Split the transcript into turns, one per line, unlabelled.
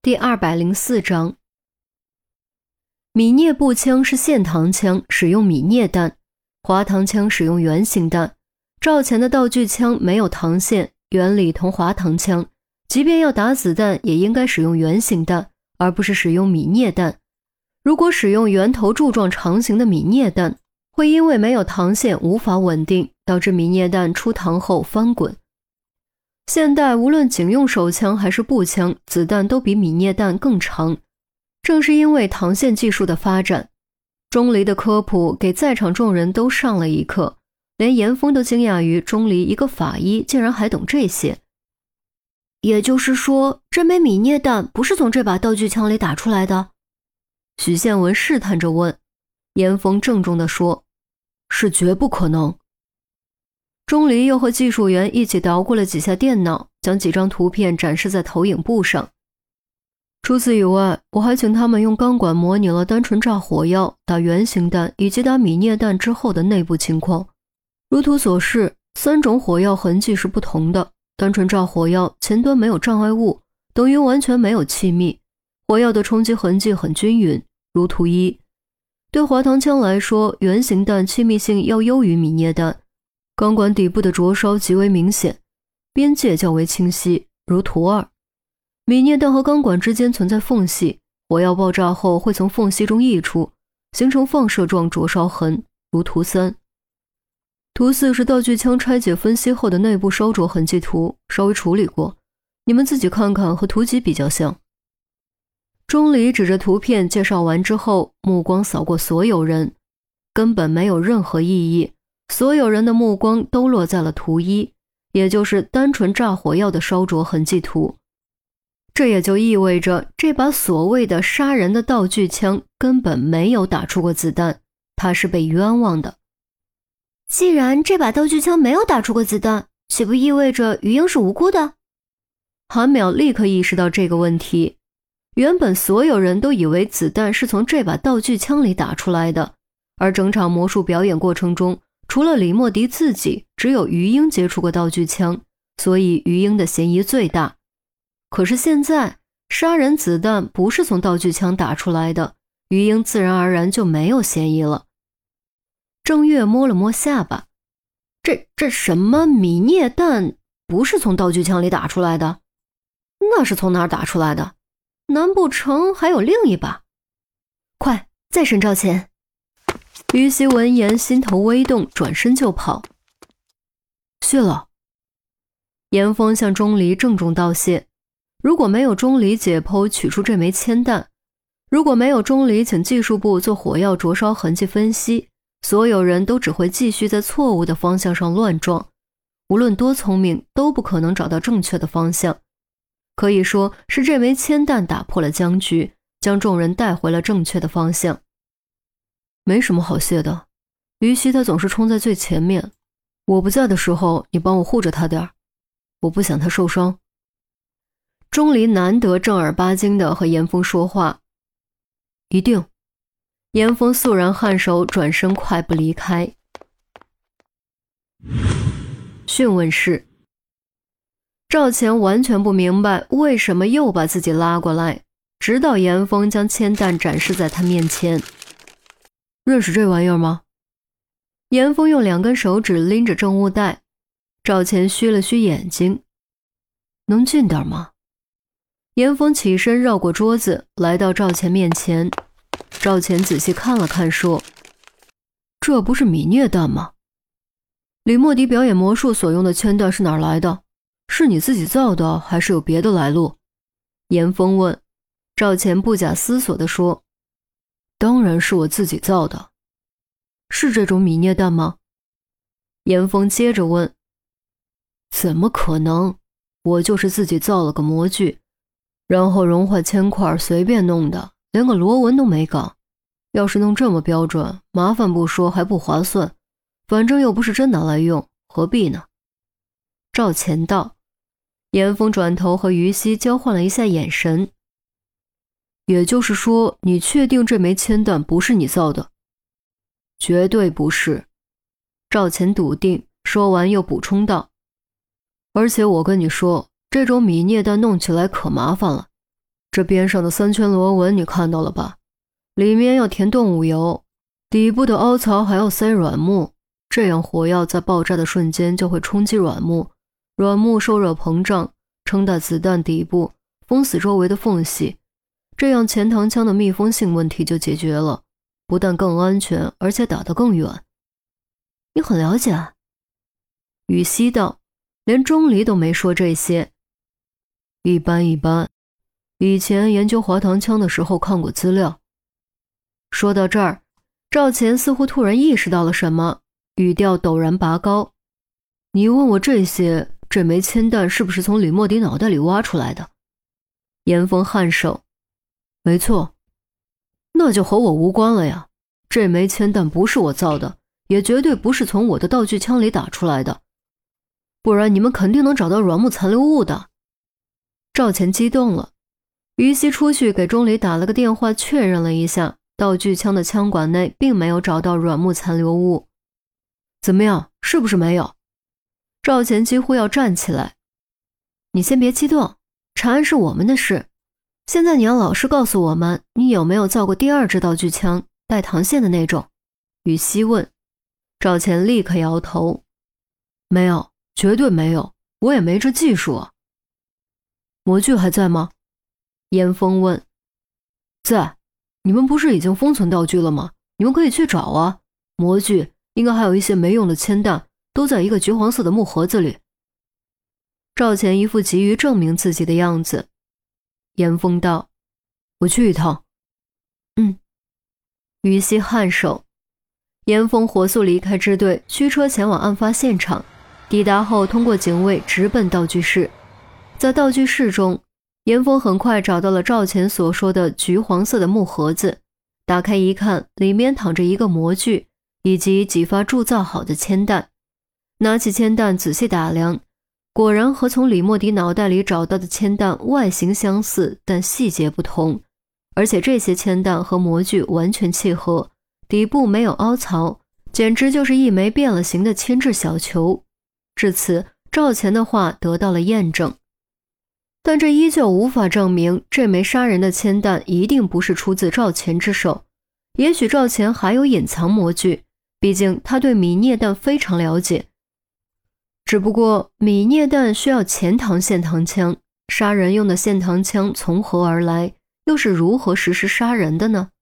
第204章。米涅步枪是线膛枪，使用米涅弹；滑膛枪使用圆形弹。赵钱的道具枪没有膛线，原理同滑膛枪，即便要打子弹也应该使用圆形弹，而不是使用米涅弹。如果使用圆头柱状长形的米涅弹，会因为没有膛线无法稳定，导致米涅弹出膛后翻滚。现代无论警用手枪还是步枪，子弹都比米涅弹更长。正是因为膛线技术的发展，钟离的科普给在场众人都上了一课，连严峰都惊讶于钟离一个法医竟然还懂这些。也就是说，这枚米涅弹不是从这把道具枪里打出来的？许宪文试探着问。严峰郑重地说，是绝不可能。钟离又和技术员一起捣鼓了几下电脑，将几张图片展示在投影布上。除此以外，我还请他们用钢管模拟了单纯炸火药、打圆形弹以及打米涅弹之后的内部情况。如图所示，3种火药痕迹是不同的。单纯炸火药前端没有障碍物，等于完全没有气密，火药的冲击痕迹很均匀，如图1。对滑膛枪来说，圆形弹气密性要优于米涅弹，钢管底部的灼烧极为明显，边界较为清晰，如图2。米涅弹和钢管之间存在缝隙，火药爆炸后会从缝隙中溢出，形成放射状灼烧痕，如图3。图4是道具枪拆解分析后的内部烧灼痕迹图，稍微处理过，你们自己看看，和图集比较像。钟离指着图片介绍完之后，目光扫过所有人，根本没有任何异议，所有人的目光都落在了图1，也就是单纯炸火药的烧灼痕迹图。这也就意味着这把所谓的杀人的道具枪根本没有打出过子弹，它是被冤枉的。既然这把道具枪没有打出过子弹，岂不意味着余英是无辜的？韩淼立刻意识到这个问题。原本所有人都以为子弹是从这把道具枪里打出来的，而整场魔术表演过程中，除了李莫迪自己，只有余英接触过道具枪，所以余英的嫌疑最大。可是现在，杀人子弹不是从道具枪打出来的，余英自然而然就没有嫌疑了。郑月摸了摸下巴，这什么米涅弹不是从道具枪里打出来的？那是从哪儿打出来的？难不成还有另一把？快，再审赵钱！于西闻言心头微动，转身就跑。谢了。严峰向钟离郑重道谢。如果没有钟离解剖取出这枚铅弹，如果没有钟离请技术部做火药灼烧痕迹分析，所有人都只会继续在错误的方向上乱撞，无论多聪明都不可能找到正确的方向。可以说是这枚铅弹打破了僵局，将众人带回了正确的方向。没什么好谢的，于西他总是冲在最前面，我不在的时候你帮我护着他点儿，我不想他受伤。钟离难得正儿八经地和严峰说话。一定。严峰肃然颔首，转身快步离开。讯问室。赵钱完全不明白为什么又把自己拉过来，直到严峰将铅弹展示在他面前。认识这玩意儿吗？严峰用2根手指拎着证物袋，赵钱虚了虚眼睛。能近点吗？严峰起身绕过桌子，来到赵钱面前。赵钱仔细看了看，说：这不是米涅弹吗？李莫迪表演魔术所用的铅弹是哪儿来的？是你自己造的，还是有别的来路？严峰问。赵钱不假思索地说：当然是我自己造的。是这种米涅弹吗？严峰接着问。怎么可能？我就是自己造了个模具，然后融化铅块随便弄的，连个螺纹都没搞。要是弄这么标准，麻烦不说还不划算，反正又不是真拿来用，何必呢？赵钱道。严峰转头和于西交换了一下眼神。也就是说，你确定这枚铅弹不是你造的？绝对不是。赵钱笃定，说完又补充道。而且我跟你说，这种米涅弹弄起来可麻烦了， 这边上的3圈螺纹你看到了吧？里面要填动物油，底部的凹槽还要塞软木，这样火药在爆炸的瞬间就会冲击软木，软木受热膨胀，撑大子弹底部，封死周围的缝隙，这样前膛枪的密封性问题就解决了，不但更安全，而且打得更远。你很了解啊。羽西道，连钟离都没说这些。一般一般，以前研究滑膛枪的时候看过资料。说到这儿，赵钱似乎突然意识到了什么，语调陡然拔高。你问我这些，这枚铅弹是不是从李莫迪脑袋里挖出来的？严峰颔首，没错。那就和我无关了呀，这枚铅弹不是我造的，也绝对不是从我的道具枪里打出来的，不然你们肯定能找到软木残留物的。赵钱激动了，于西出去给钟离打了个电话确认了一下，道具枪的枪管内并没有找到软木残留物。怎么样，是不是没有？赵钱几乎要站起来。你先别激动，查案是我们的事，现在你要老实告诉我们，你有没有造过第2支道具枪，带膛线的那种？于西问。赵钱立刻摇头，没有，绝对没有，我也没这技术啊。模具还在吗？严峰问。在，你们不是已经封存道具了吗？你们可以去找啊。模具应该还有一些没用的铅弹，都在一个橘黄色的木盒子里。赵钱一副急于证明自己的样子。严峰道，我去一趟。于西颔首。严峰火速离开支队，驱车前往案发现场。抵达后，通过警卫直奔道具室。在道具室中，严峰很快找到了赵钱所说的橘黄色的木盒子，打开一看，里面躺着一个模具以及几发铸造好的铅弹。拿起铅弹仔细打量，果然和从李莫迪脑袋里找到的铅弹外形相似，但细节不同，而且这些铅弹和模具完全契合，底部没有凹槽，简直就是一枚变了形的铅制小球。至此，赵钱的话得到了验证。但这依旧无法证明这枚杀人的铅弹一定不是出自赵钱之手，也许赵钱还有隐藏模具，毕竟他对米涅弹非常了解。只不过米涅弹需要前膛线膛枪，杀人用的线膛枪从何而来，又是如何实施杀人的呢？